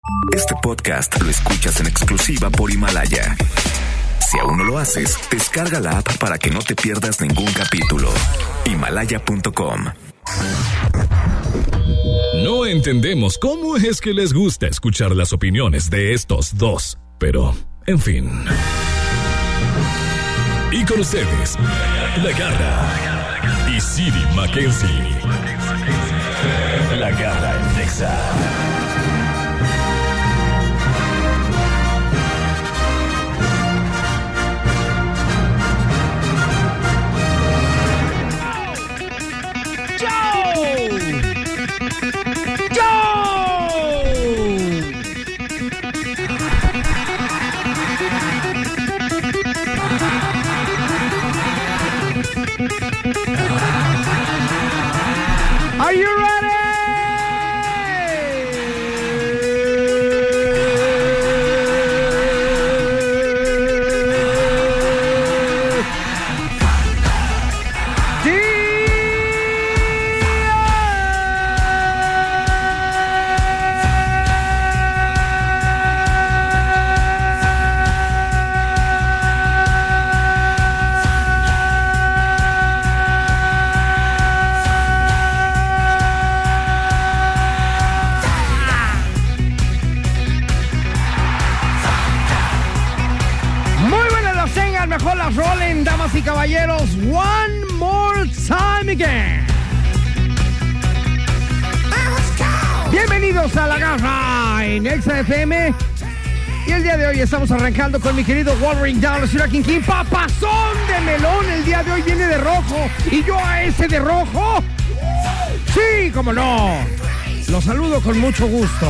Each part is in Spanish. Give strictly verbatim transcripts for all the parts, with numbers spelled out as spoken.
Este podcast lo escuchas en exclusiva por Himalaya. Si aún no lo haces, descarga la app para que no te pierdas ningún capítulo. Himalaya punto com. No entendemos cómo es que les gusta escuchar las opiniones de estos dos, pero, en fin. Y con ustedes, La Garra y Siri Mackenzie. La Garra en Nexa. Are you ready? Damas y caballeros, one more time again. Bienvenidos a La Garra en Exa F M. Y el día de hoy estamos arrancando con mi querido Wolverine Down, la King King. Papazón de melón, el día de hoy viene de rojo. Y yo a ese de rojo, sí, cómo no, lo saludo con mucho gusto.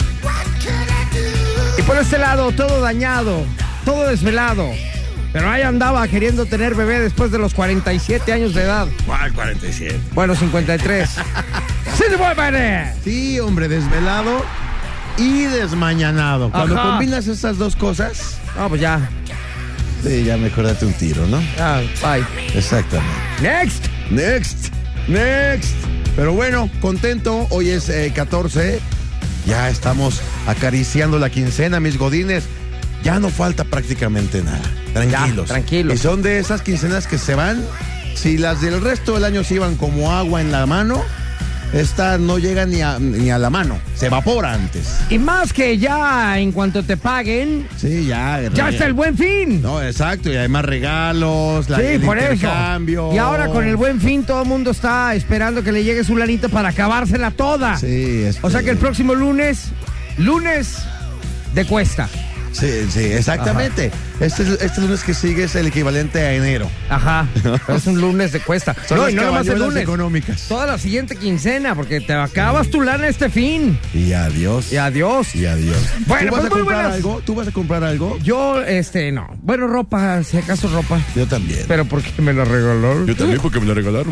Y por este lado, todo dañado, todo desvelado, pero ahí andaba queriendo tener bebé después de los cuarenta y siete años de edad. ¿Cuál cuarenta y siete? Bueno, cincuenta y tres. ¡Sí se puede! Sí, hombre, desvelado y desmañanado. Cuando Ajá. combinas esas dos cosas... No, pues ya. Sí, ya mejor date un tiro, ¿no? Ya, bye. Exactamente. Next. Next. Next. Pero bueno, contento. Hoy es eh, catorce. Ya estamos acariciando la quincena, mis godines. Ya no falta prácticamente nada. Tranquilos. Ya, tranquilos. Y son de esas quincenas que se van. Si las del resto del año se iban como agua en la mano, esta no llega ni a, ni a la mano. Se evapora antes. Y más que ya en cuanto te paguen, Sí, ya. ya está el Buen Fin. No, exacto. Y además regalos, la, Sí, el por intercambio. eso. Y ahora con el Buen Fin todo el mundo está esperando que le llegue su lanita para acabársela toda. Sí, este... O sea que el próximo lunes, lunes de cuesta. Sí, sí, exactamente. Este, este lunes que sigue es el equivalente a enero. Ajá. Es un lunes de cuesta. Son no, las y no nomás el cabañuelas lunes. económicas. Toda la siguiente quincena, porque te acabas tu lana este fin. Y adiós. Y adiós. Y adiós. Bueno, ¿Tú vas pues a muy comprar buenas. algo? ¿Tú vas a comprar algo? Yo, este, no. Bueno, ropa, si acaso ropa. Yo también. Pero porque me la regalaron. Yo también porque me la regalaron.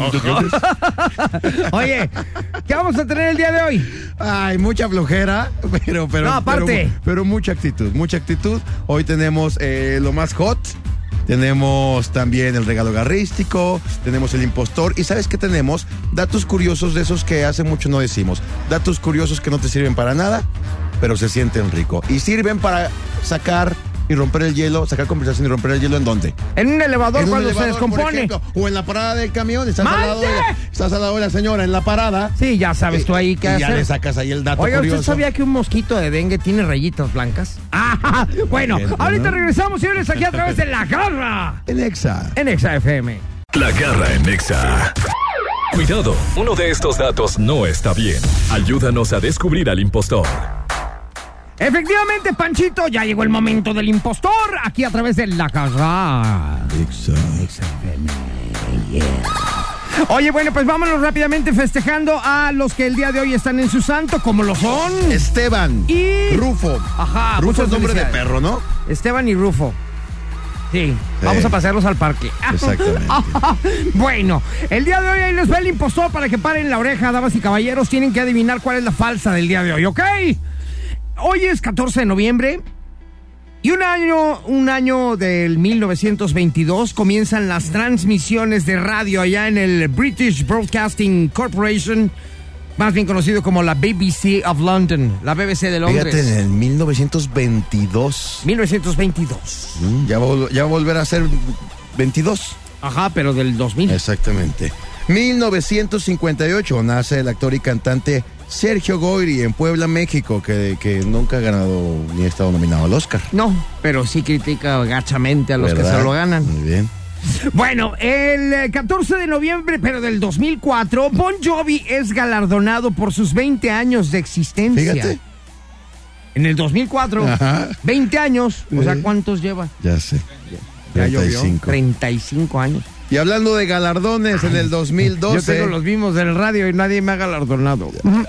Oye, ¿qué vamos a tener el día de hoy? Ay, mucha flojera, pero, pero, No, aparte. pero, pero mucha actitud, mucha actitud. Hoy tenemos eh, lo más hot. Tenemos también el regalo garrístico, tenemos el impostor y ¿sabes qué tenemos? Datos curiosos de esos que hace mucho no decimos. Datos curiosos que no te sirven para nada, pero se sienten rico. Y sirven para sacar y romper el hielo, sacar conversación y romper el hielo ¿en dónde? En un elevador En un cuando elevador, se descompone. por ejemplo, o en la parada del camión, estás al, lado de la, estás al lado de la señora en la parada. Sí, ya sabes tú ahí qué y hacer. ya le sacas ahí el dato Oiga, curioso. ¿usted sabía que un mosquito de dengue tiene rayitas blancas? Ah, bueno, Bien, ahorita ¿no? regresamos, señores, aquí a través de La Garra En Exa. en Exa F M. La Garra en Nexa. Cuidado, uno de estos datos no está bien. Ayúdanos a descubrir al impostor. Efectivamente, Panchito, ya llegó el momento del impostor aquí a través de La Garra. Exa. Oye, bueno, pues vámonos rápidamente festejando a los que el día de hoy están en su santo, como lo son Esteban. y Rufo. Ajá, Rufo muchas es nombre de felicidades. perro, ¿no? Esteban y Rufo. Sí, Sí. vamos a pasearlos al parque. Exactamente. Bueno, el día de hoy ahí les va el impostor para que paren la oreja, damas y caballeros. Tienen que adivinar cuál es la falsa del día de hoy, ¿ok? Hoy es catorce de noviembre y un año, un año del mil novecientos veintidós comienzan las transmisiones de radio allá en el British Broadcasting Corporation más bien conocido como la B B C of London, la B B C de Londres. Fíjate, en el mil novecientos veintidós. mil novecientos veintidós. Mm, ya, va, ya va a volver a ser veintidós. Ajá, pero del dos mil. Exactamente. mil novecientos cincuenta y ocho nace el actor y cantante Sergio Goyri en Puebla, México, que, que nunca ha ganado ni ha estado nominado al Oscar. No, pero sí critica gachamente a los ¿verdad? que se lo ganan. Muy bien. Bueno, el catorce de noviembre, pero del dos mil cuatro, Bon Jovi es galardonado por sus veinte años de existencia. Fíjate. En el dos mil cuatro, Ajá. veinte años. O sea, Sí. ¿cuántos lleva? Ya sé. Ya treinta y llovió. cinco. treinta y cinco años. Y hablando de galardones, en el dos mil doce. Yo tengo los mismos del radio y nadie me ha galardonado.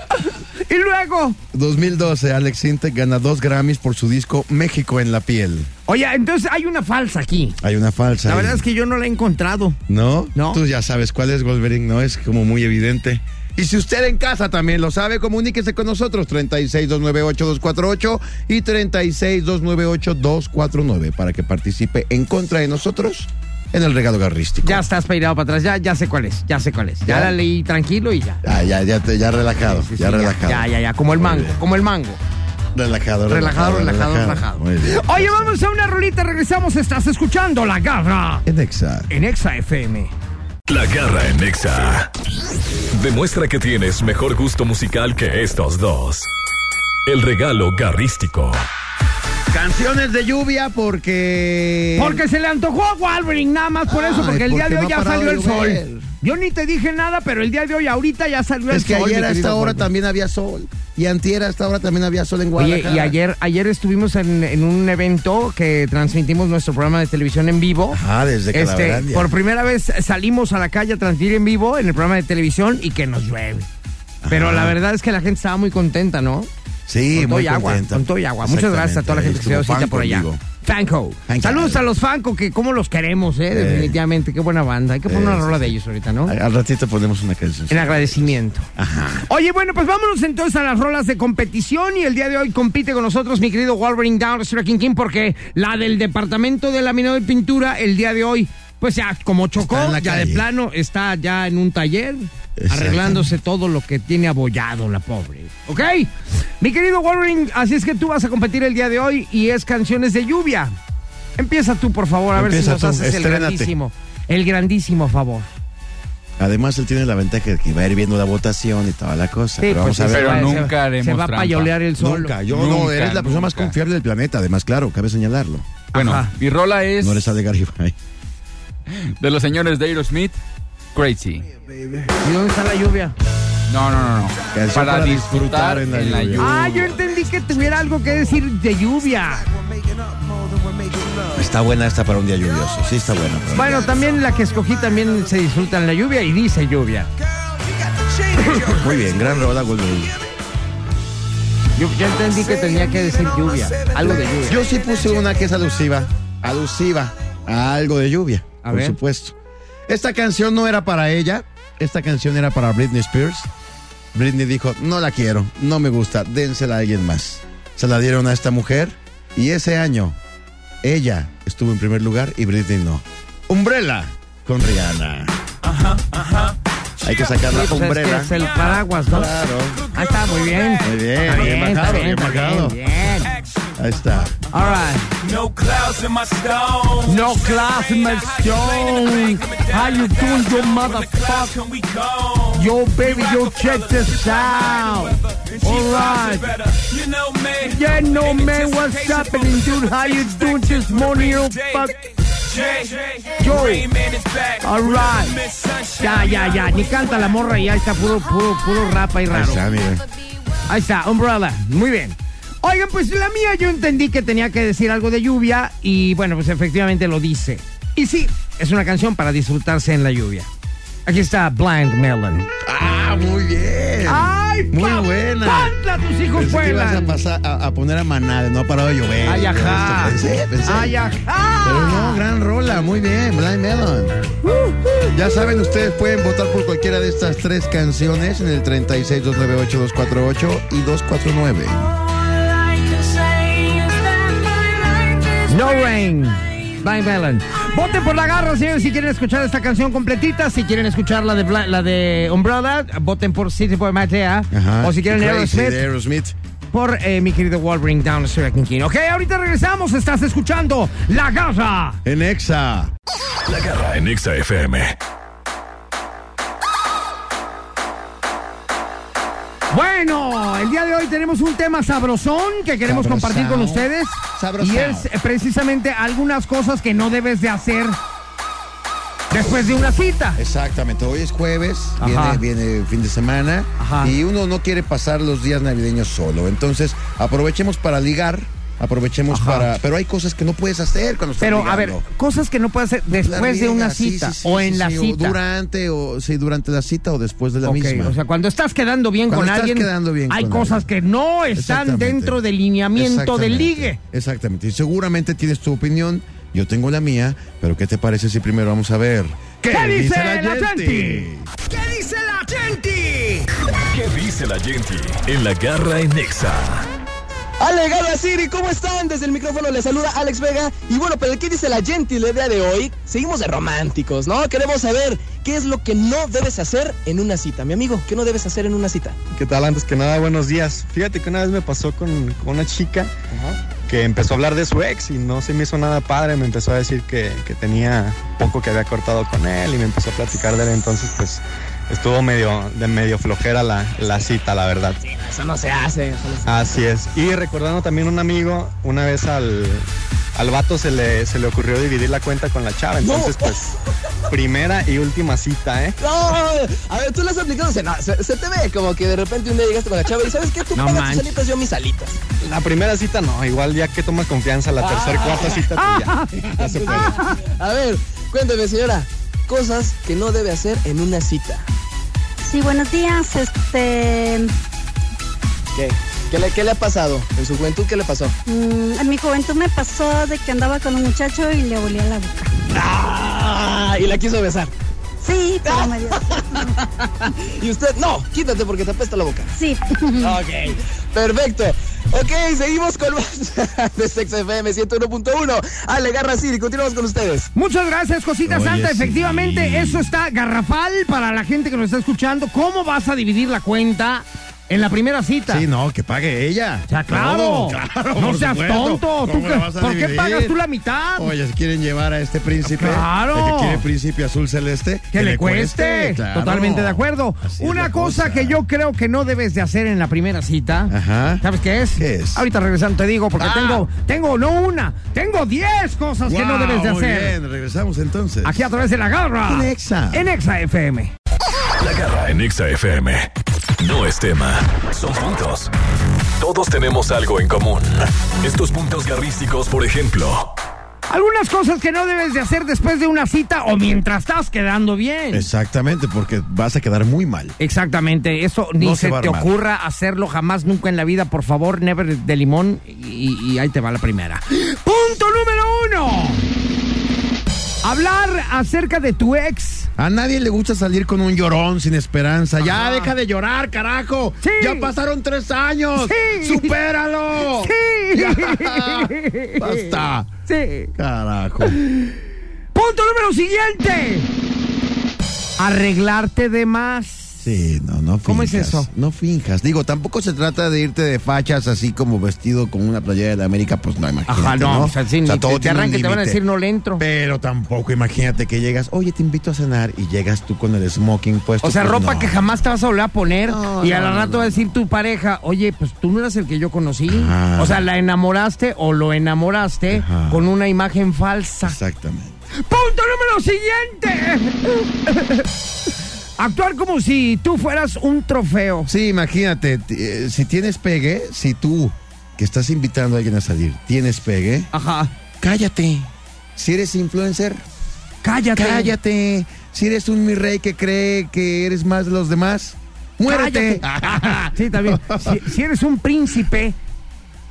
Y luego, dos mil doce, Alex Sintek gana dos Grammys por su disco México en la piel. oye, entonces hay una falsa aquí. Hay una falsa. La ahí. verdad es que yo no la he encontrado. ¿No? No. Tú ya sabes cuál es, Wolverine, ¿no? Es como muy evidente. Y si usted en casa también lo sabe, comuníquese con nosotros, treinta y seis, doscientos noventa y ocho, doscientos cuarenta y ocho y treinta y seis, doscientos noventa y ocho, doscientos cuarenta y nueve para que participe en contra de nosotros en el regalo garrístico. Ya estás peinado para atrás, ya, ya sé cuál es, ya sé cuál es. Ya, ¿Ya? la leí tranquilo y ya. Ah, ya, ya, te- ya relajado, Sí, sí, ya sí, relajado. Ya, ya, ya, como el Muy mango, bien. como el mango. Relajado, Relajado, relajado, relajado. Muy bien. Oye, vamos a una rolita, regresamos, estás escuchando La Garra En Exa. en Exa F M. La Garra en Nexa. Demuestra que tienes mejor gusto musical que estos dos. El regalo garrístico. Canciones de lluvia porque... Porque se le antojó a Wolverine, nada más por eso, Ay, porque el día porque de hoy no ha ya parado salió de el sol. llover. Yo ni te dije nada, pero el día de hoy ahorita ya salió el Es que sol. ayer mi a esta querido hora Wolverine. también había sol. Y antier a esta hora también había sol en Oye, Guadalajara. y ayer, ayer estuvimos en, en un evento que transmitimos nuestro programa de televisión en vivo. Ajá, desde Este, Calaverandia. por primera vez salimos a la calle a transmitir en vivo en el programa de televisión y que nos llueve. Pero Ajá. la verdad es que la gente estaba muy contenta, ¿no? Sí, Con todo muy y agua, contenta. con todo y agua. Muchas gracias a toda la gente que se dio Estuvo cita por allá. Fanco, digo. Fanco. Fanco. Saludos a los Fanco, que cómo los queremos, ¿eh? Eh. Definitivamente. Qué buena banda. Hay que poner Eh, una sí, rola sí. de ellos ahorita, ¿no? Al, al ratito ponemos una canción. En agradecimiento. Ajá. Oye, bueno, pues vámonos entonces a las rolas de competición y el día de hoy compite con nosotros mi querido Wolverine Down, King King, porque la del departamento de laminado y pintura el día de hoy, pues ya como chocó, Está en la ya calle. de plano está ya en un taller Exacto. arreglándose todo lo que tiene abollado la pobre. ¿Ok? Mi querido Wolverine, así es que tú vas a competir el día de hoy y es canciones de lluvia. Empieza tú, por favor, a ver si Empieza nos tú, haces el estrénate. grandísimo, el grandísimo favor. Además, él tiene la ventaja de que va a ir viendo la votación y toda la cosa. Sí, pero vamos pues, a ver. Pero se va- nunca se va- haremos Se va a trampa. payolear el sol. Nunca, yo no, Nunca, eres la persona más nunca. confiable del planeta, además, claro, cabe señalarlo. Bueno, Ajá. mi rola es No eres Ale Garibay. de los señores de Aerosmith, Crazy. ¿Y dónde está la lluvia? No, no, no, no. Canción para disfrutar en la lluvia. Ah, yo entendí que tuviera algo que decir de lluvia. Está buena esta para un día lluvioso. Sí, está buena. para un Bueno, día. también la que escogí también se disfruta en la lluvia y dice lluvia. Muy bien, gran rola, Wolverine. Yo, yo entendí que tenía que decir lluvia, algo de lluvia. Yo sí puse una que es alusiva, alusiva a algo de lluvia, A por ver. supuesto. Esta canción no era para ella, esta canción era para Britney Spears. Britney dijo, no la quiero, no me gusta, dénsela a alguien más. Se la dieron a esta mujer y ese año ella estuvo en primer lugar y Britney no. Umbrella con Rihanna. Hay que sacar la Sí, pues es, umbrella. que es el paraguas, ¿no? Claro. Ah, está muy bien. Muy bien, Está bien está bajado, bien está bajado. bien, bien. Ahí está. All right. No clouds in my stone. No class in my stone. How you doing, you motherfucker? Can we go? Yo, baby, yo, check this out. All right. You know me. Yeah, no, man, what's happening, dude? How you doing this morning, you fuck? Yo. All right. Ya, ya, ya. Ni canta la morra y ya está puro, puro, puro rap ahí Ahí raro. está, mire. Ahí está, Umbrella. Muy bien. Oigan, pues la mía yo entendí que tenía que decir algo de lluvia y bueno, pues efectivamente lo dice. Y sí, es una canción para disfrutarse en la lluvia. Aquí está Blind Melon. Ah, muy bien. ¡Ay, Muy pa- buena. ¡Pantla, tus hijos Pensé que ibas a vuelan! pasar a, a poner a Manal, no ha parado de llover. ¡Ay, ajá! Pensé, pensé. ¡Ay, ajá! Pero no, gran rola, muy bien, Blind Melon. Ya saben, ustedes pueden votar por cualquiera de estas tres canciones en el treinta y seis, doscientos noventa y ocho, doscientos cuarenta y ocho y doscientos cuarenta y nueve. No Rain. Blind Melon. Voten por La Garra, señores, si quieren escuchar esta canción completita. Si quieren escuchar la de, Bla- la de Umbrella, voten por City Boy Matea. Ajá. O si quieren Crazy Aerosmith, de Aerosmith. por eh, mi querido Wolverine Down the Street King. Ok, ahorita regresamos. Estás escuchando La Garra en Exa. La Garra en Exa F M. Bueno, el día de hoy tenemos un tema sabrosón que queremos Sabrosao. compartir con ustedes. Sabrosao. Y es eh, precisamente algunas cosas que no debes de hacer después de una cita. Exactamente, hoy es jueves, Ajá. viene, viene fin de semana. Ajá. Y uno no quiere pasar los días navideños solo. Entonces, aprovechemos para ligar, aprovechemos Ajá. para... Pero hay cosas que no puedes hacer cuando estás Pero, ligando. a ver, cosas que no puedes hacer La después de una riegas, sí, cita sí, sí, o sí, en la sí, cita. O durante, o sí, durante la cita o después de la Ok, misma. o sea, cuando estás quedando bien Cuando con estás alguien, quedando bien hay con cosas alguien. que no están Exactamente. dentro del lineamiento del Exactamente. ligue. Exactamente. Y seguramente tienes tu opinión, yo tengo la mía, pero ¿qué te parece si primero vamos a ver ¿Qué, dice la gente? ¿Qué dice la gente? ¿Qué dice la gente en La Garra en Exa? Ale, Garra City, ¿cómo están? Desde el micrófono les saluda Alex Vega. Y bueno, pero ¿qué dice la gente el día de hoy? Seguimos de románticos, ¿no? Queremos saber qué es lo que no debes hacer en una cita. Mi amigo, ¿qué no debes hacer en una cita? ¿Qué tal? Antes que nada, buenos días. Fíjate que una vez me pasó con, con una chica que empezó a hablar de su ex y no se me hizo nada padre. Me empezó a decir que, que tenía poco que había cortado con él y me empezó a platicar de él. Entonces, pues, estuvo medio, de medio flojera la, la cita, la verdad. Sí, eso no se hace. Eso no se Así es. Y recordando también un amigo, una vez al, al vato se le, se le ocurrió dividir la cuenta con la chava. Entonces, No. pues, primera y última cita, ¿eh? No, a ver, tú lo has aplicado, se, no, se, se te ve como que de repente un día llegaste con la chava y ¿sabes qué? Tú No pagas manches. tus alitas, yo mis alitas. La primera cita no, igual ya que tomas confianza, la tercera, cuarta cita, pues ya, ya se puede. A ver, cuénteme, señora, cosas que no debe hacer en una cita. Sí, buenos días. Este, ¿Qué? ¿Qué le, qué le ha pasado? ¿En su juventud qué le pasó? mm, en mi juventud me pasó de que andaba con un muchacho y le olía la boca. ¡Ah! Y la quiso besar. Sí, pero me dio. Y usted, no, quítate porque te apesta la boca. Sí. Ok, perfecto. Ok, seguimos con más de Sex F M ciento uno punto uno. Ale, Garra City, continuamos con ustedes. Muchas gracias, Cosita Oye, Santa. sí. Efectivamente, eso está garrafal para la gente que nos está escuchando. ¿Cómo vas a dividir la cuenta en la primera cita? Sí, no, que pague ella. O sea, claro, Todo, claro, no por seas supuesto. tonto. ¿Tú ¿Cómo qué- la vas a ¿Por qué dividir? pagas tú la mitad? Oye, si quieren llevar a este príncipe, Claro. el que quiere príncipe azul celeste, Que le cueste. claro. Totalmente de acuerdo. Así es Una la cosa, que yo creo que no debes de hacer en la primera cita. Ajá. ¿Sabes qué es? ¿Qué es? Ahorita regresando te digo, porque Ah. tengo, tengo no una, tengo diez cosas que no Wow, debes de muy hacer. bien, regresamos entonces. Aquí a través de La Garra. En Exa. En Exa F M. La Garra en Exa F M. No es tema, son puntos. Todos tenemos algo en común. Estos puntos garrísticos, por ejemplo. Algunas cosas que no debes de hacer después de una cita o mientras estás quedando bien. Exactamente, porque vas a quedar muy mal. Exactamente, eso ni No se se, va a te armar. ocurra hacerlo jamás, nunca en la vida, por favor, never de limón, y, y ahí te va la primera. Punto número uno. Hablar acerca de tu ex. A nadie le gusta salir con un llorón sin esperanza. Ya Ajá. deja de llorar, carajo. Sí. Ya pasaron tres años. Sí. ¡Supéralo! Sí. Ya. Basta. Sí. Carajo. Punto número siguiente. Arreglarte de más. Sí, no, no finjas. ¿Cómo es eso? No finjas. Digo, tampoco se trata de irte de fachas así como vestido con una playera de la América, pues no, imagínate, Ajá, no, ¿no? o sea, sí, ni te- te tiene un arranque, te van a límite. decir, no le entro. Pero tampoco imagínate que llegas, oye, te invito a cenar y llegas tú con el smoking puesto. O sea, pues, ropa no. que jamás te vas a volver a poner No, y a no, la no, rato no. va a decir tu pareja, oye, pues tú no eras el que yo conocí. Ajá. O sea, la enamoraste o lo enamoraste Ajá. con una imagen falsa. Exactamente. Punto número siguiente. Actuar como si tú fueras un trofeo. Sí, imagínate, t- eh, si tienes pegue, si tú que estás invitando a alguien a salir, tienes pegue, Ajá. cállate. Si eres influencer, Cállate. cállate. Si eres un mi rey que cree que eres más de los demás, muérete. Cállate. Sí, también. Si, si eres un príncipe,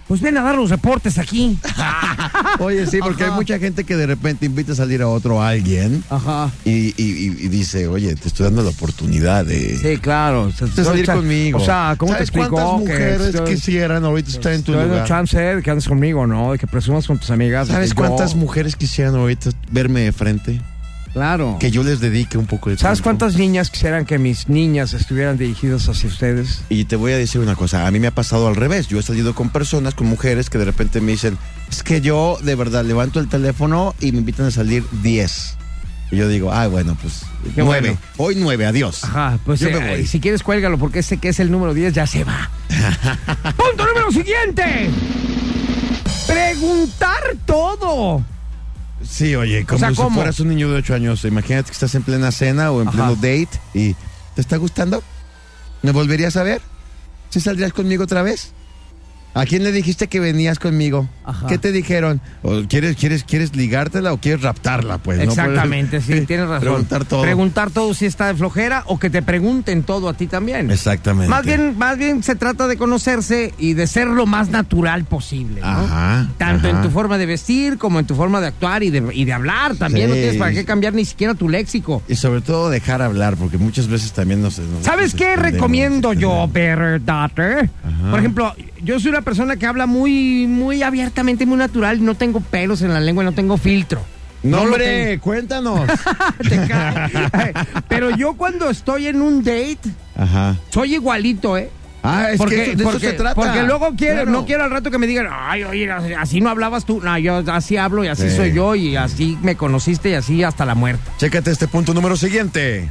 Pues ven a dar los reportes aquí. Oye, sí, porque Ajá. hay mucha gente que de repente invita a salir a otro alguien Ajá. y, y, y, y dice, oye, te estoy dando la oportunidad de, Sí, claro. Se- de salir o sea, conmigo. O sea, ¿cómo te ¿Sabes explico? cuántas mujeres que estoy- quisieran ahorita estar en tu estoy dando lugar? chance de que andes conmigo, ¿no? De que presumas con tus amigas. de ¿Sabes que yo- cuántas mujeres quisieran ahorita verme de frente? Claro. Que yo les dedique un poco de ¿Sabes tiempo. cuántas niñas quisieran que mis niñas estuvieran dirigidas hacia ustedes? Y te voy a decir una cosa, a mí me ha pasado al revés. Yo he salido con personas, con mujeres que de repente me dicen, es que yo de verdad levanto el teléfono y me invitan a salir diez. Y yo digo, ah, bueno, pues Qué nueve. bueno. Hoy nueve, adiós. Ajá, pues Yo eh, me voy. si quieres cuélgalo porque ese que es el número diez ya se va. Punto número siguiente. Preguntar todo. Sí, oye, como sea, si ¿cómo? fueras un niño de ocho años. Imagínate que estás en plena cena o en Ajá. pleno date y ¿te está gustando? ¿Me volverías a ver? ¿Sí saldrías conmigo otra vez? ¿A quién le dijiste que venías conmigo? Ajá. ¿Qué te dijeron? ¿O quieres, quieres, quieres ligártela o quieres raptarla? Pues, ¿no? Exactamente, sí, tienes razón. Preguntar todo. Preguntar todo si está de flojera o que te pregunten todo a ti también. Exactamente. Más bien, más bien se trata de conocerse y de ser lo más natural posible, ¿no? Ajá, Tanto ajá. en tu forma de vestir como en tu forma de actuar y de, y de hablar también. Sí. No tienes para qué cambiar ni siquiera tu léxico. Y sobre todo dejar hablar, porque muchas veces también nos... nos ¿Sabes nos qué extendemos, recomiendo nos yo, extendemos. verdad? Por ejemplo, yo soy una persona que habla muy, muy abiertamente, muy natural. No tengo pelos en la lengua, no tengo filtro. No, lo hombre, tengo. cuéntanos. Te cae. Pero yo cuando estoy en un date, Ajá. soy igualito, ¿eh? Ah, es porque, que eso- de porque, eso se trata. porque luego quiero, Claro. no quiero al rato que me digan, ay, oye, así no hablabas tú. No, yo así hablo y así Sí. soy yo y así me conociste y así hasta la muerte. Chécate este punto número siguiente.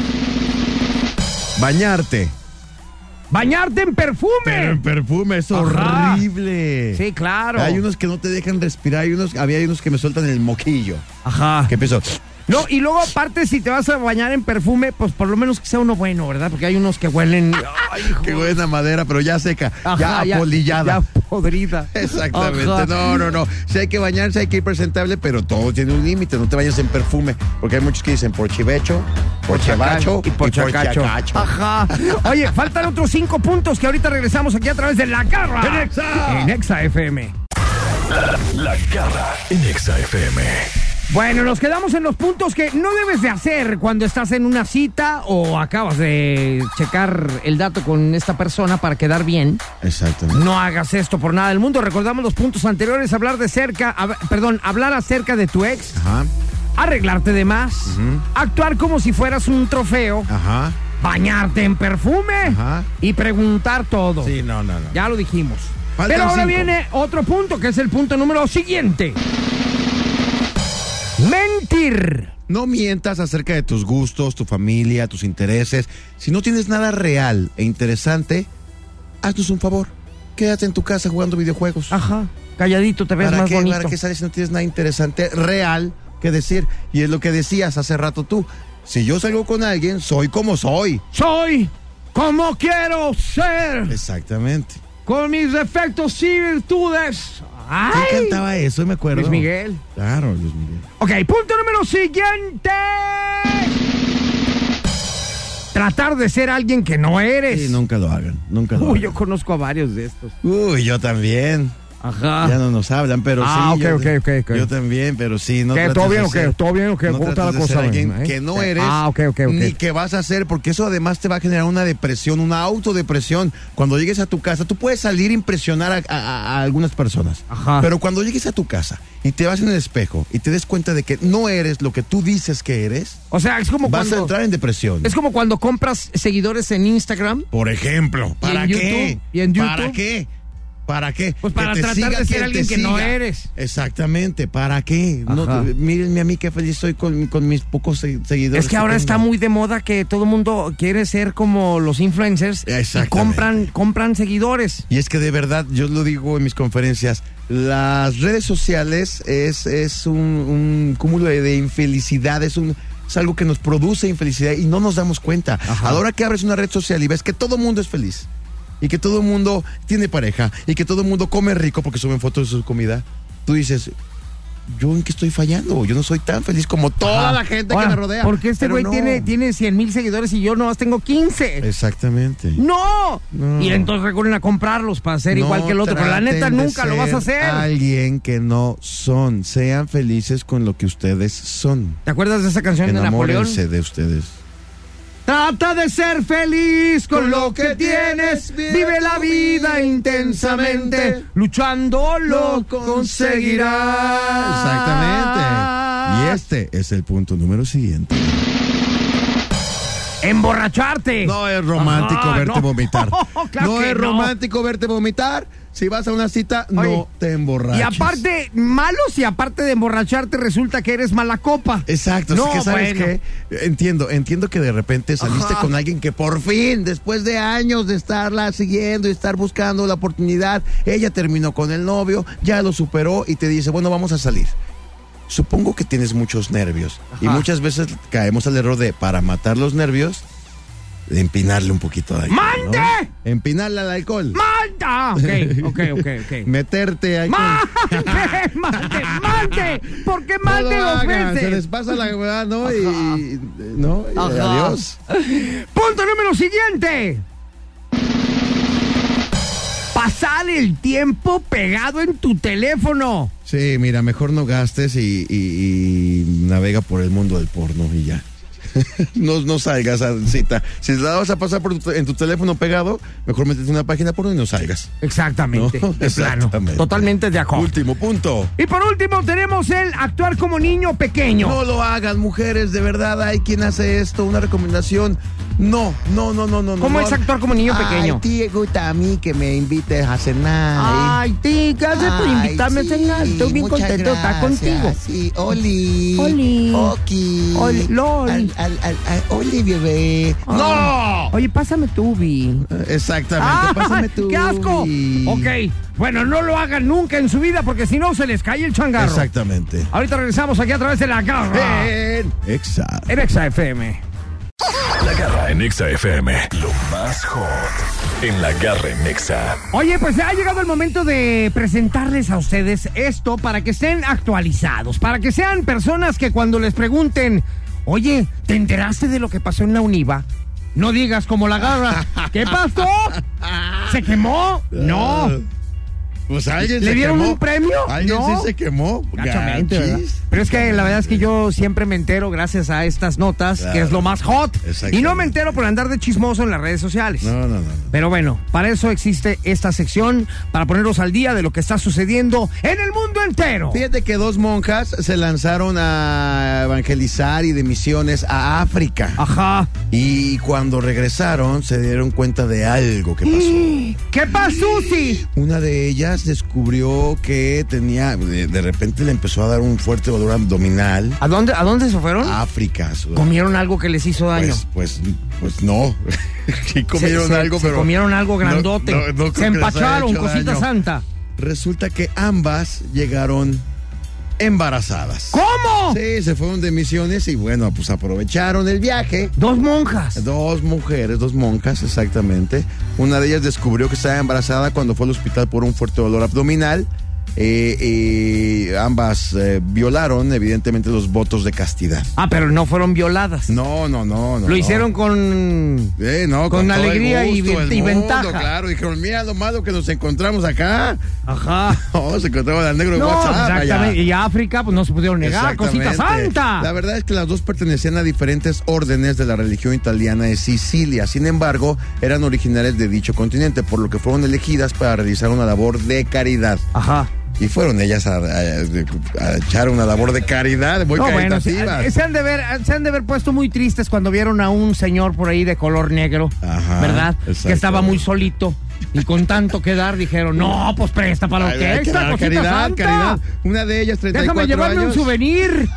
Bañarte. Bañarte en perfume. Pero en perfume es Ajá. horrible. Sí, claro. Hay unos que no te dejan respirar, hay unos, había unos que me sueltan el moquillo. Ajá. Que empiezo. No, y luego aparte si te vas a bañar en perfume, pues por lo menos que sea uno bueno, ¿verdad? Porque hay unos que huelen... Ay, Qué buena madera, pero ya seca, Ajá, ya apolillada. Ya podrida. Exactamente. Ajá. No, no, no. Si hay que bañarse, hay que ir presentable, pero todo tiene un límite. No te bañes en perfume, porque hay muchos que dicen por chivecho, por chevacho y por chacacho. chacacho. Ajá. Oye, faltan otros cinco puntos que ahorita regresamos aquí a través de La Garra. En Exa. En Exa F M. La Garra en Exa F M. Bueno, nos quedamos en los puntos que no debes de hacer cuando estás en una cita o acabas de checar el dato con esta persona para quedar bien. Exactamente. No hagas esto por nada del mundo. Recordamos los puntos anteriores, hablar de cerca, hab- perdón, hablar acerca de tu ex, Ajá, arreglarte de más, actuar como si fueras un trofeo, ajá. bañarte en perfume Ajá. y preguntar todo. Sí, no, no, no. Ya lo dijimos. Faltan Pero ahora cinco. viene otro punto, que es el punto número siguiente. Mentir. No mientas acerca de tus gustos, tu familia, tus intereses. Si no tienes nada real e interesante, haznos un favor. Quédate en tu casa jugando videojuegos. Ajá. Calladito te ves ¿Para más qué? bonito. ¿Para qué sales si no tienes nada interesante, real que decir? Y es lo que decías hace rato tú. Si yo salgo con alguien, soy como soy. Soy como quiero ser, Exactamente. con mis defectos y virtudes. ¡Ay! ¿Quién cantaba eso? Me acuerdo. Luis Miguel. Claro, Luis Miguel. Ok, punto número siguiente. Tratar de ser alguien que no eres. Sí, nunca lo hagan. Nunca lo Uy, hagan. yo conozco a varios de estos. Uy, yo también. Ajá. Ya no nos hablan, pero Ah, sí. ok, yo, ok, ok, ok. Yo también, pero sí. No ¿Qué? trates ¿Todo de bien o qué? ser- ¿Todo bien o qué? No ¿Cómo está la trates de cosa? ser alguien ¿Eh? que no eres. Ah, ok, ok, ok. Ni que vas a hacer, porque eso además te va a generar una depresión, una autodepresión. Cuando llegues a tu casa, tú puedes salir a impresionar a, a- a algunas personas. Ajá. Pero cuando llegues a tu casa y te vas en el espejo y te des cuenta de que no eres lo que tú dices que eres, O sea, es como vas a cuando... entrar en depresión. Es como cuando compras seguidores en Instagram. Por ejemplo, ¿para en qué? YouTube? ¿Y en YouTube? ¿Para qué? ¿Para qué? Pues para Que te tratar siga de ser quien alguien te que no siga. eres. Exactamente, ¿para qué? No, Ajá. mírenme a mí qué feliz estoy con, con mis pocos se- seguidores. Es que ahora tengo. está muy de moda que todo el mundo quiere ser como los influencers y Exactamente. compran, compran seguidores. Y es que de verdad, yo lo digo en mis conferencias, las redes sociales es, es un, un cúmulo de, de infelicidad, es un... Es algo que nos produce infelicidad y no nos damos cuenta. Ajá. A la hora que abres una red social y ves que todo el mundo es feliz y que todo el mundo tiene pareja y que todo el mundo come rico porque suben fotos de su comida, tú dices, ¿yo en qué estoy fallando? Yo no soy tan feliz como toda Ajá. la gente Ahora, que me rodea. Porque este Pero güey no. tiene, tiene cien mil seguidores y yo nomás tengo quince. Exactamente. ¡No! No. Y entonces recurren a comprarlos para ser No igual que el otro. Pero la neta traten de nunca lo vas a ser hacer. Alguien que no son. Sean felices con lo que ustedes son. ¿Te acuerdas de esa canción de Napoleón? Enamórense de ustedes. Trata de ser feliz con lo que tienes. Vive la vida intensamente. Luchando lo conseguirás. Exactamente. Y este es el punto número siguiente. Emborracharte. No es romántico Ajá, verte no. vomitar. Claro no que es no. romántico verte vomitar. Si vas a una cita, Oye, no te emborraches. Y aparte, malos y aparte de emborracharte, resulta que eres mala copa. Exacto, No, es que sabes bueno. qué, entiendo, entiendo que de repente saliste Ajá. con alguien que por fin, después de años de estarla siguiendo y estar buscando la oportunidad, ella terminó con el novio, ya lo superó y te dice, bueno, vamos a salir. Supongo que tienes muchos nervios. Ajá. Y muchas veces caemos al error de, para matar los nervios, de empinarle un poquito de alcohol, ¡Mande! ¿no? Empinarle al alcohol. ¡Manda! Ok, ok, ok, ok. Meterte ahí. ¡Mande! ¡Mande! ¡Mande! ¿Por qué No mande lo dos hagan, se les veces? pasa la verdad, ¿no? Y, y- ¿no? Y Ajá. adiós. Punto número siguiente. Pasar el tiempo pegado en tu teléfono. Sí, mira, mejor no gastes y, y- y navega por el mundo del porno y ya. no, no salgas a cita. Si la vas a pasar por tu- en tu teléfono pegado, mejor métete en una página porno y no salgas. Exactamente. ¿No? De plano. Exactamente. Totalmente de acuerdo. Último punto. Y por último tenemos el actuar como niño pequeño. No lo hagan, mujeres, de verdad hay quien hace esto, una recomendación. No, no, no, no, no. ¿Cómo no. es actuar como niño pequeño? Ay, te gusta a mí que me invites a cenar. Ay, ti, gracias por Ay, invitarme sí, a cenar. Estoy bien muchas contento de estar gracias. contigo. Sí, Oli. Oli. Oki. Oli, lol. Al, al, al, al- Oli, bebé. Ah. Oye, pásame tu Ubi. Exactamente, pásame tú. ¡Qué asco! Ok, bueno, no lo hagan nunca en su vida porque si no se les cae el changarro. Exactamente. Ahorita regresamos aquí a través de La Garra. En Exa. En Exa F M. La Garra en Exa F M. Lo más hot en La Garra en Exa. Oye, pues ha llegado el momento de presentarles a ustedes esto para que estén actualizados, para que sean personas que cuando les pregunten, oye, ¿te enteraste de lo que pasó en la UNIVA? No digas como La Garra, ¿qué pasó? ¿Se quemó? No. Pues alguien ¿Le se dieron quemó. un premio? Alguien No. sí se quemó. Gachamente, ¿verdad? Gachis. Pero es que la verdad es que yo siempre me entero gracias a estas notas, Claro. que es lo más hot. Exactamente. Y no me entero por andar de chismoso en las redes sociales. No, no, no, no. Pero bueno, para eso existe esta sección, para ponernos al día de lo que está sucediendo en el mundo entero. Fíjate que dos monjas se lanzaron a evangelizar y de misiones a África. Ajá. Y cuando regresaron se dieron cuenta de algo que pasó. ¿Qué pasó, sí? Una de ellas descubrió que tenía, de, de repente le empezó a dar un fuerte dolor abdominal. ¿A dónde, ¿A dónde se fueron? África. Sudam- ¿Comieron algo que les hizo daño? Pues, pues, pues no. Sí comieron Se- se- algo, se pero. comieron algo no- grandote. no- no creo se que les haya empacharon, hecho cosita daño. santa. Resulta que ambas llegaron embarazadas. ¿Cómo? Sí, se fueron de misiones y bueno, pues aprovecharon el viaje. Dos monjas. Dos mujeres, dos monjas, exactamente. Una de ellas descubrió que estaba embarazada cuando fue al hospital por un fuerte dolor abdominal. Eh, eh, ambas eh, violaron, evidentemente, los votos de castidad. Ah, pero no fueron violadas. No, no, no. no Lo no. hicieron con... Eh, no, con todo el alegría y gusto ven- del y mundo, ventaja. Claro, dijeron, mira lo malo que nos encontramos acá. Ajá. No, se encontraban al negro de No, WhatsApp. allá. exactamente. Y África, pues no se pudieron negar. Cosita Exactamente. santa. La verdad es que las dos pertenecían a diferentes órdenes de la religión italiana de Sicilia. Sin embargo, eran originarias de dicho continente, por lo que fueron elegidas para realizar una labor de caridad. Ajá. Y fueron ellas a, a- a echar una labor de caridad muy No, bueno, se, caritativa. se han de ver, se han de ver puesto muy tristes cuando vieron a un señor por ahí de color negro, Ajá, ¿verdad? exacto. Que estaba muy solito y con tanto que dar dijeron, no, pues presta para lo Ay, que hay que extra, dar cosita caridad, santa. caridad. Una de ellas, treinta y cuatro Déjame llevarme años. un souvenir.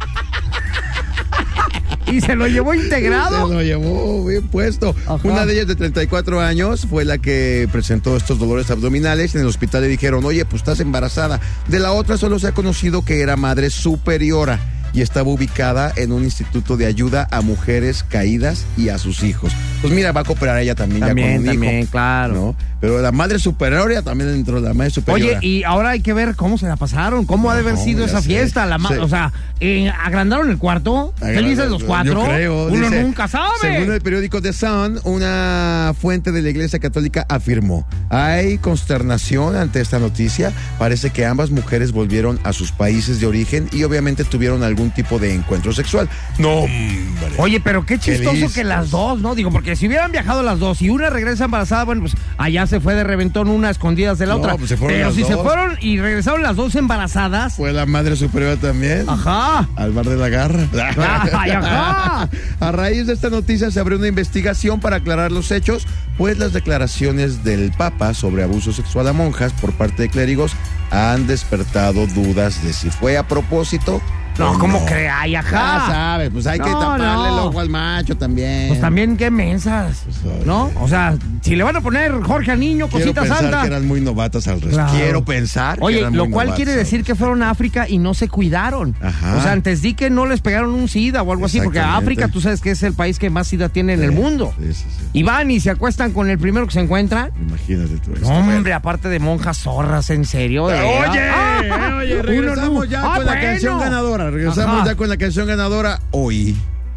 Y se lo llevó integrado. Se lo llevó bien puesto. Ajá. Una de ellas de treinta y cuatro años fue la que presentó estos dolores abdominales. En el hospital le dijeron, oye, pues estás embarazada. De la otra solo se ha conocido que era madre superiora y estaba ubicada en un instituto de ayuda a mujeres caídas y a sus hijos. pues mira, va a cooperar ella también, También, ya con un también, hijo, claro. ¿no? Pero la madre superiora también dentro de la madre superiora. Oye, y ahora hay que ver cómo se la pasaron, cómo ha de haber No, sido ya esa sé. fiesta. La ma- Sí. O sea, eh, ¿agrandaron el cuarto? ¿Felices los cuatro? Yo creo. Uno dice, nunca sabe. Según el periódico The Sun, una fuente de la Iglesia Católica afirmó: hay consternación ante esta noticia. Parece que ambas mujeres volvieron a sus países de origen y obviamente tuvieron algún tipo de encuentro sexual. No, hombre. Oye, pero qué chistoso listos. que las dos, ¿no? Digo, porque si hubieran viajado las dos y una regresa embarazada, bueno, pues allá se fue de reventón una a escondidas de la No, otra. pues se fueron pero las si se dos. fueron y regresaron las dos embarazadas. Fue la madre superiora también. Ajá. Al bar de la garra. Ay, ajá. A raíz de esta noticia se abrió una investigación para aclarar los hechos, pues las declaraciones del Papa sobre abuso sexual a monjas por parte de clérigos han despertado dudas de si fue a propósito. No, o ¿cómo no. cree? Ay, ajá. Ya sabes, pues hay que No, taparle no. el ojo al macho también. Pues también qué mensas, Pues, ¿no? O sea, si le van a poner Jorge al niño, Quiero cosita pensar santa. que eran muy novatas al respecto. Claro. Quiero pensar que Oye, eran lo muy cual novatas quiere al decir que fueron a África y no se cuidaron. Ajá. O sea, antes di que no les pegaron un SIDA o algo así, porque Exactamente. África, tú sabes que es el país que más SIDA tiene en el Sí, mundo. sí, sí, sí. Y van y se acuestan con el primero que se encuentra. Imagínate tú esto. No, hombre, aparte de monjas zorras, en serio. de Oye, veras. eh, oye, Uno regresamos no- ya Ah, con la bueno. canción ganadora. Regresamos Ajá. ya con la canción ganadora hoy.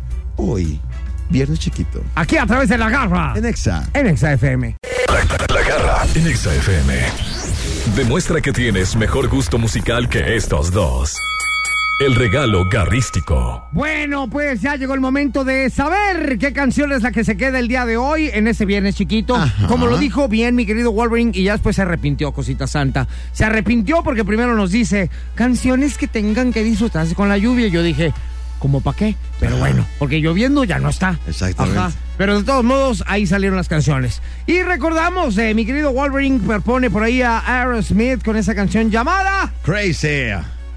Hoy, Viernes Chiquito. Aquí a través de la garra. En Exa. En Exa F M. La, la garra en Exa F M. Demuestra que tienes mejor gusto musical que estos dos. El regalo garrístico. Bueno, pues ya llegó el momento de saber qué canción es la que se queda el día de hoy en ese Viernes Chiquito. Ajá. Como lo dijo bien mi querido Wolverine, y ya después se arrepintió, cosita santa. Se arrepintió porque primero nos dice canciones que tengan que disfrutarse con la lluvia. Y yo dije, ¿cómo para qué? Pero Ajá. bueno, porque lloviendo ya no está. Exactamente. Ajá. Pero de todos modos, ahí salieron las canciones. Y recordamos, eh, mi querido Wolverine propone por ahí a Aerosmith con esa canción llamada Crazy.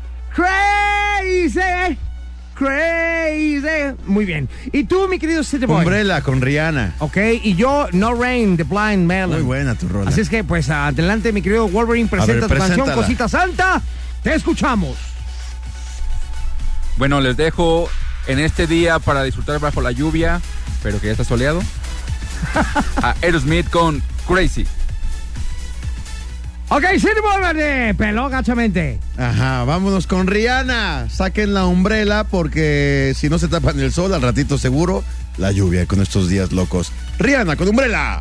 Crazy, Crazy. Muy bien. ¿Y tú, mi querido City Boy? Umbrella con Rihanna. Ok, y yo, No Rain, The Blind Melon. Muy buena tu rola. Así es que, pues, adelante, mi querido Wolverine, presenta ver, tu canción, preséntala. Cosita Santa. Te escuchamos. Bueno, les dejo en este día para disfrutar bajo la lluvia, pero que ya está soleado, a Aerosmith con Crazy. Ok, City Boy, verde, peló gachamente. Ajá, vámonos con Rihanna. Saquen la umbrella porque si no se tapan el sol, al ratito seguro la lluvia con estos días locos. Rihanna con umbrella.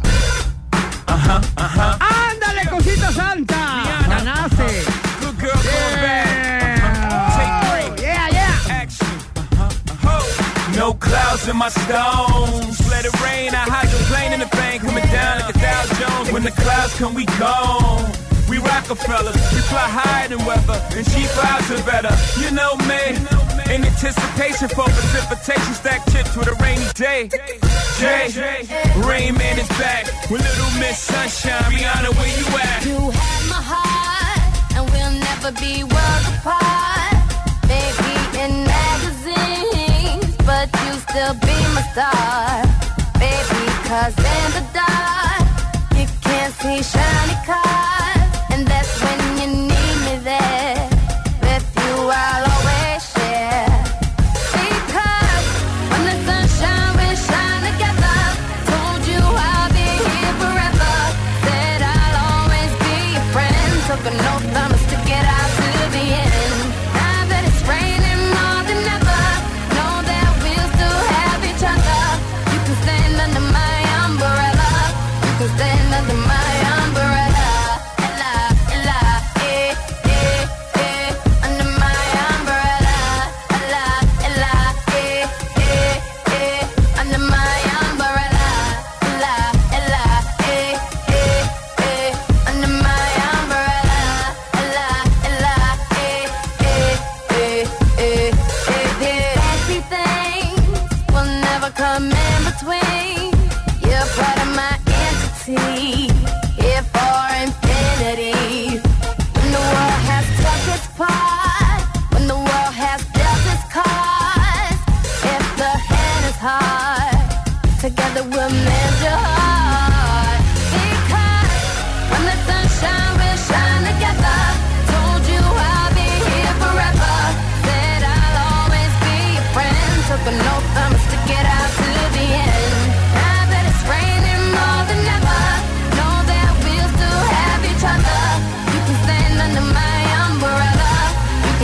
¡Ándale, Cosita Santa! ¡Ganaste! Good girl, going back. Take three. Yeah, yeah. Action. No clouds in my stones. Let it rain. I hydroplane in the bank. Coming down like a Dow Jones. When the clouds come, we gone. We Rockefellers. We fly higher than weather. And cheap vibes are better. You know me. In anticipation for precipitation. Stack chips with a rainy day. Jay, Rain Man is back. With Little Miss Sunshine. Rihanna, where you at? You had my heart, and we'll never be worlds apart. Maybe in magazines, but you still be my star. Baby, cause in the dark, you can't see shiny cars. And that's when you need me there. With you, I'll always share. Because when the sunshine will shine together, told you I'll be here forever. Said I'll always be your friend. Took an oath, I'ma stick it out to the end. Now that it's raining more than ever, know that we'll still have each other. You can stand under my umbrella. You can stand under my umbrella.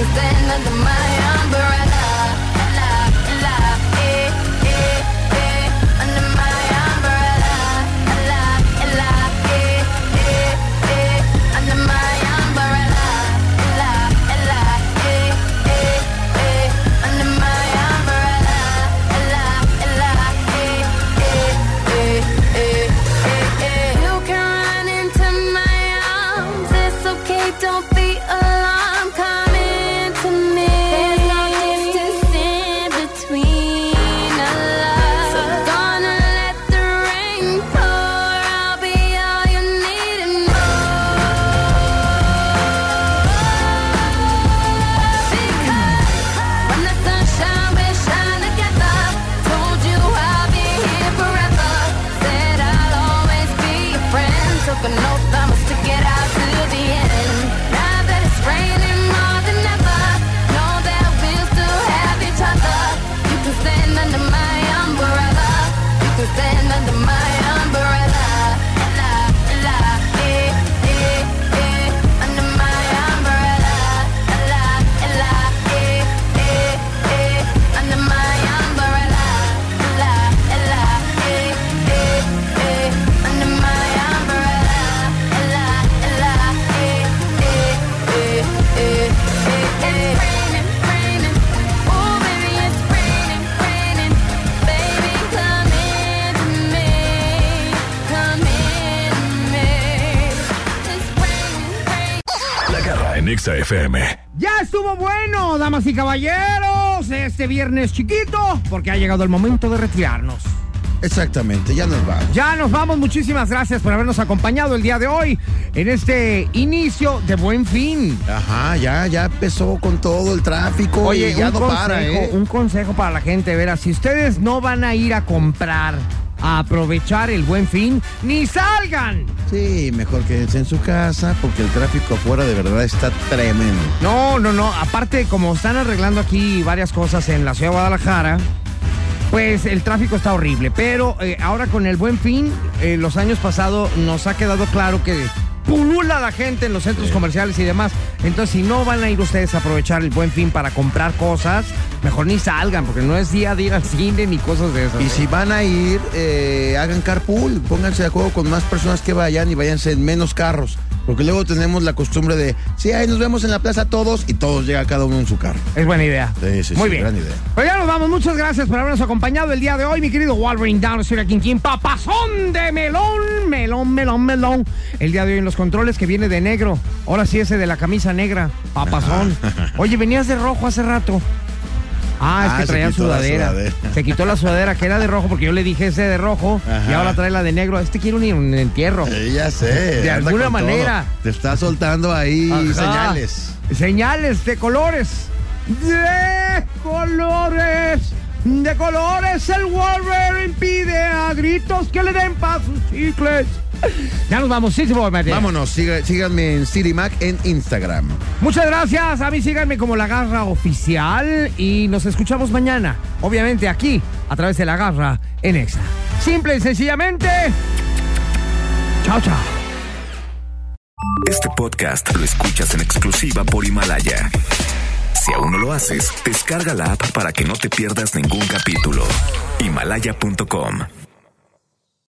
can stand under my umbrella. La, la, eh, eh, eh, under my umbrella. La, la, eh, eh, eh, under my umbrella. La, la, eh, eh, eh, under my umbrella. La, la, eh, eh, eh, eh, eh, eh. You can run into my arms. It's okay, don't be alarmed. Come into me. There's no distance in between us. So gonna let the rain pour. I'll be all you need and more. Because when the sunshine will shine together. Told you I'll be here forever. Said I'll always be your friend. Took an oath, I'ma stick it out to the end. Now that it's raining more than ever, know that we'll still have each other. You can stand under my umbrella. You can stand under my umbrella. La, la, eh, eh, eh, under my umbrella. La, la, eh, eh, eh, under my umbrella. La, la, eh, eh, eh, under my umbrella. La, la, eh, eh, eh, eh, eh, eh. It's raining, raining. Oh, baby, it's raining, raining. Baby, come into me. Come into me. It's raining, raining. La Garra en Exa F M. Ya estuvo bueno, damas y caballeros, este viernes chiquito, porque ha llegado el momento de retirarnos. Exactamente, ya nos vamos. Ya nos vamos, muchísimas gracias por habernos acompañado el día de hoy en este inicio de Buen Fin. Ajá, ya, ya empezó con todo el tráfico. Oye, y ya un no consejo, para, ¿eh? un consejo para la gente, verás, si ustedes no van a ir a comprar, a aprovechar el Buen Fin, ni salgan. Sí, mejor quédense en su casa porque el tráfico afuera de verdad está tremendo. No, no, no, aparte como están arreglando aquí varias cosas en la ciudad de Guadalajara, pues el tráfico está horrible, pero eh, ahora con el Buen Fin, eh, los años pasados nos ha quedado claro que pulula la gente en los centros Sí. comerciales y demás. Entonces, si no van a ir ustedes a aprovechar el Buen Fin para comprar cosas, mejor ni salgan, porque no es día de ir al cine ni cosas de esas. Y ¿eh? si van a ir, eh, hagan carpool, pónganse de acuerdo con más personas que vayan y váyanse en menos carros. Porque luego tenemos la costumbre de, sí, ahí nos vemos en la plaza todos y todos llega cada uno en su carro. Es buena idea. Sí, sí, Muy sí, bien. gran idea. Pues ya nos vamos. Muchas gracias por habernos acompañado el día de hoy, mi querido Wolverine Down, Sir King King, papazón de melón, melón, melón, melón. El día de hoy en los controles que viene de negro. Ahora sí ese de la camisa negra, papazón. Oye, venías de rojo hace rato. Ah, es Ah, que se traía quitó la sudadera. sudadera. Se quitó la sudadera que era de rojo porque yo le dije ese de rojo. Ajá. Y ahora trae la de negro. Este quiere un, un entierro. Sí, ya sé. De anda alguna con manera. todo. Te está soltando ahí Ajá. señales. Señales de colores. De colores. De colores. El Wolverine pide a gritos que le den pa' sus chicles. Ya nos vamos. Sí, sí, voy, Matías. Vámonos, siga- síganme en City Mac en Instagram. Muchas gracias. A mí síganme como La Garra Oficial. Y nos escuchamos mañana. Obviamente aquí, a través de La Garra en Exa. Simple y sencillamente. Chao, chao. Este podcast lo escuchas en exclusiva por Himalaya. Si aún no lo haces, descarga la app para que no te pierdas ningún capítulo. Himalaya punto com